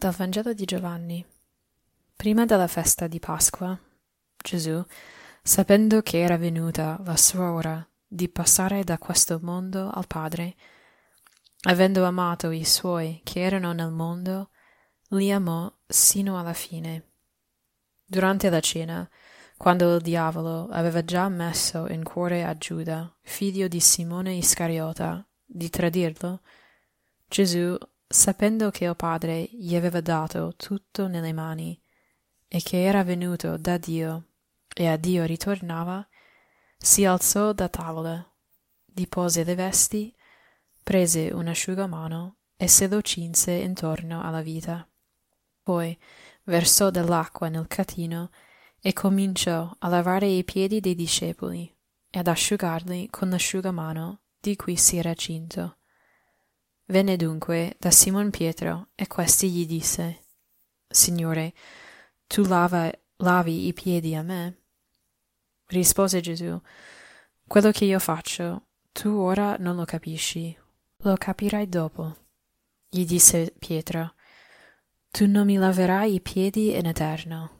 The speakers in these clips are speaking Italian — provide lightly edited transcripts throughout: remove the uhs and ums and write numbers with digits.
Dal Vangelo di Giovanni. Prima della festa di Pasqua, Gesù, sapendo che era venuta la sua ora di passare da questo mondo al Padre, avendo amato i suoi che erano nel mondo, li amò sino alla fine. Durante la cena, quando il diavolo aveva già messo in cuore a Giuda, figlio di Simone Iscariota, di tradirlo, Gesù, sapendo che il Padre gli aveva dato tutto nelle mani e che era venuto da Dio e a Dio ritornava, si alzò da tavola, dipose le vesti, prese un asciugamano e se lo cinse intorno alla vita. Poi versò dell'acqua nel catino e cominciò a lavare i piedi dei discepoli e ad asciugarli con l'asciugamano di cui si era cinto. Venne dunque da Simon Pietro e questi gli disse: Signore, tu lavi i piedi a me? Rispose Gesù: Quello che io faccio, tu ora non lo capisci, lo capirai dopo. Gli disse Pietro: Tu non mi laverai i piedi in eterno.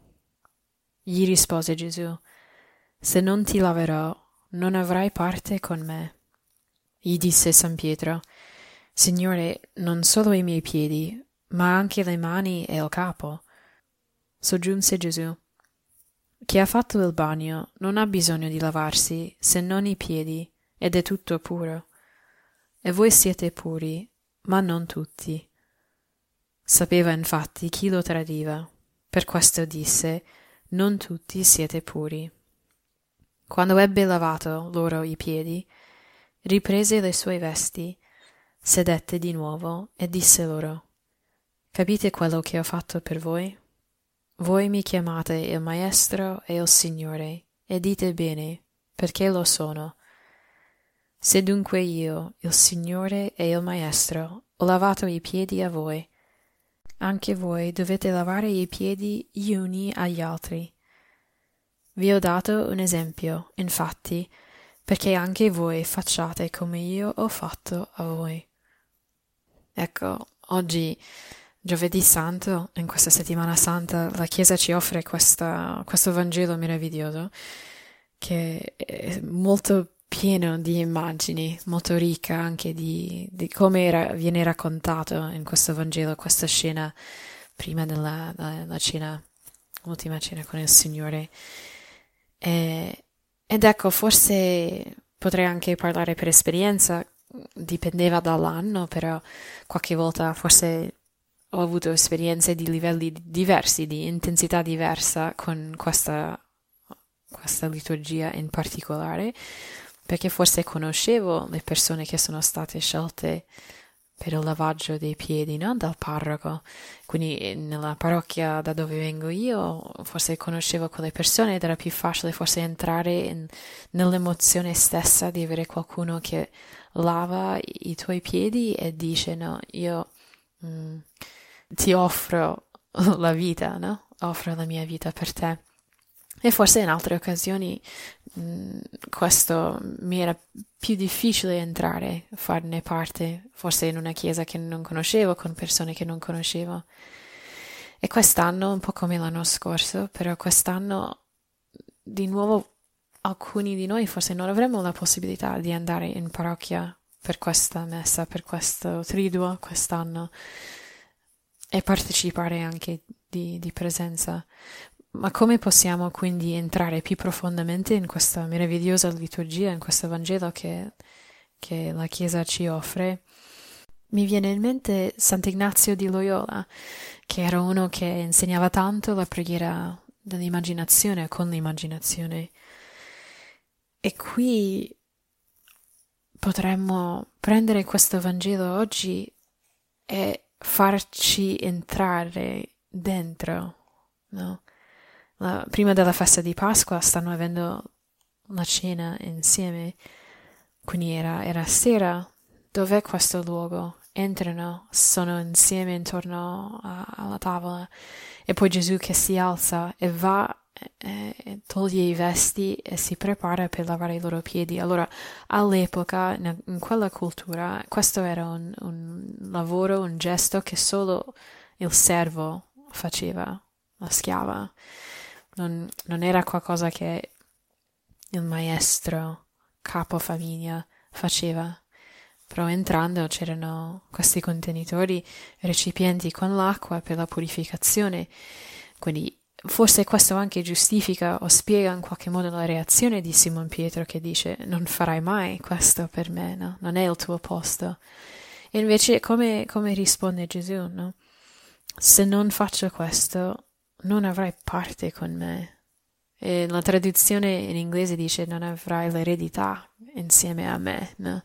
Gli rispose Gesù: Se non ti laverò, non avrai parte con me. Gli disse San Pietro: Signore, non solo i miei piedi, ma anche le mani e il capo. Soggiunse Gesù: Chi ha fatto il bagno non ha bisogno di lavarsi se non i piedi, ed è tutto puro. E voi siete puri, ma non tutti. Sapeva infatti chi lo tradiva, per questo disse: Non tutti siete puri. Quando ebbe lavato loro i piedi, riprese le sue vesti, sedette di nuovo e disse loro: Capite quello che ho fatto per voi? Voi mi chiamate il Maestro e il Signore, e dite bene, perché lo sono. Se dunque io, il Signore e il Maestro, ho lavato i piedi a voi, anche voi dovete lavare i piedi gli uni agli altri. Vi ho dato un esempio, infatti, perché anche voi facciate come io ho fatto a voi. Ecco, oggi, giovedì santo, in questa settimana santa, la Chiesa ci offre questo Vangelo meraviglioso, che è molto pieno di immagini, molto ricca anche di come viene raccontato in questo Vangelo, questa scena prima della la cena, l'ultima cena con il Signore. Ed ecco, forse potrei anche parlare per esperienza, dipendeva dall'anno, però qualche volta forse ho avuto esperienze di livelli diversi, di intensità diversa con questa liturgia in particolare, perché forse conoscevo le persone che sono state scelte per il lavaggio dei piedi, no? Dal parroco. Quindi nella parrocchia da dove vengo io, forse conoscevo quelle persone ed era più facile forse entrare nell'emozione stessa di avere qualcuno che lava i tuoi piedi e dice: No, io ti offro la vita, no? Offro la mia vita per te. E forse in altre occasioni questo mi era più difficile entrare, farne parte, forse in una chiesa che non conoscevo, con persone che non conoscevo. E quest'anno, un po' come l'anno scorso, però quest'anno di nuovo alcuni di noi forse non avremo la possibilità di andare in parrocchia per questa messa, per questo triduo quest'anno e partecipare anche di presenza. Ma come possiamo quindi entrare più profondamente in questa meravigliosa liturgia, in questo Vangelo che la Chiesa ci offre? Mi viene in mente Sant'Ignazio di Loyola, che era uno che insegnava tanto la preghiera dell'immaginazione, con l'immaginazione. E qui potremmo prendere questo Vangelo oggi e farci entrare dentro, no? Prima della festa di Pasqua stanno avendo la cena insieme, quindi era sera. Dov'è questo luogo? Entrano, sono insieme intorno alla tavola e poi Gesù che si alza e va e toglie i vesti e si prepara per lavare i loro piedi. Allora, all'epoca, in quella cultura, questo era un lavoro, un gesto che solo il servo faceva, la schiava. Non era qualcosa che il maestro, capofamiglia, faceva. Però entrando c'erano questi contenitori, recipienti con l'acqua per la purificazione. Quindi forse questo anche giustifica o spiega in qualche modo la reazione di Simon Pietro che dice non farai mai questo per me, no? Non è il tuo posto. E invece come risponde Gesù, no? Se non faccio questo, non avrai parte con me. E la traduzione in inglese dice non avrai l'eredità insieme a me, no?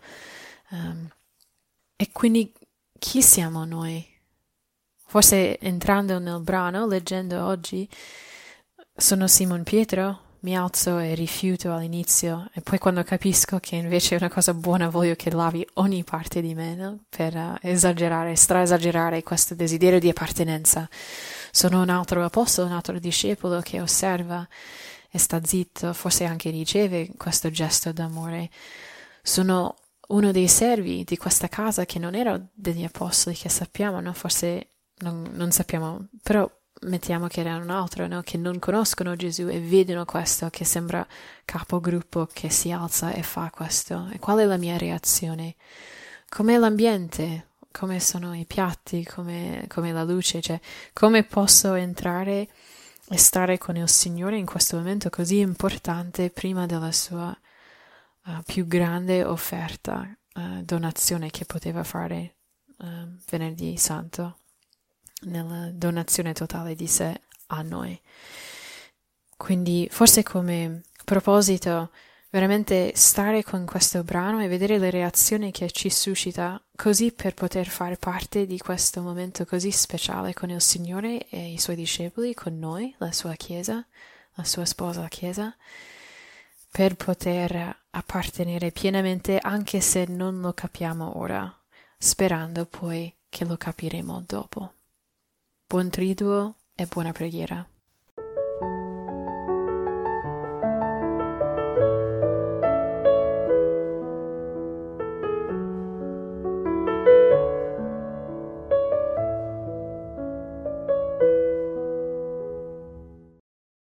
E quindi chi siamo noi? Forse entrando nel brano, leggendo oggi, sono Simon Pietro, mi alzo e rifiuto all'inizio e poi quando capisco che invece è una cosa buona voglio che lavi ogni parte di me, no? Per esagerare, straesagerare questo desiderio di appartenenza. Sono un altro apostolo, un altro discepolo che osserva e sta zitto, forse anche riceve questo gesto d'amore. Sono uno dei servi di questa casa che non era degli apostoli che sappiamo, no? Forse non sappiamo, però mettiamo che era un altro, no? Che non conoscono Gesù e vedono questo, che sembra capogruppo che si alza e fa questo. E qual è la mia reazione? Com'è l'ambiente? Come sono i piatti? Come la luce? Cioè, come posso entrare e stare con il Signore in questo momento così importante prima della sua più grande offerta, donazione che poteva fare venerdì santo, nella donazione totale di sé a noi. Quindi forse come proposito veramente stare con questo brano e vedere le reazioni che ci suscita, così per poter fare parte di questo momento così speciale con il Signore e i Suoi discepoli, con noi, la Sua Chiesa, la Sua sposa, la Chiesa, per poter appartenere pienamente anche se non lo capiamo ora, sperando poi che lo capiremo dopo. Buon triduo e buona preghiera.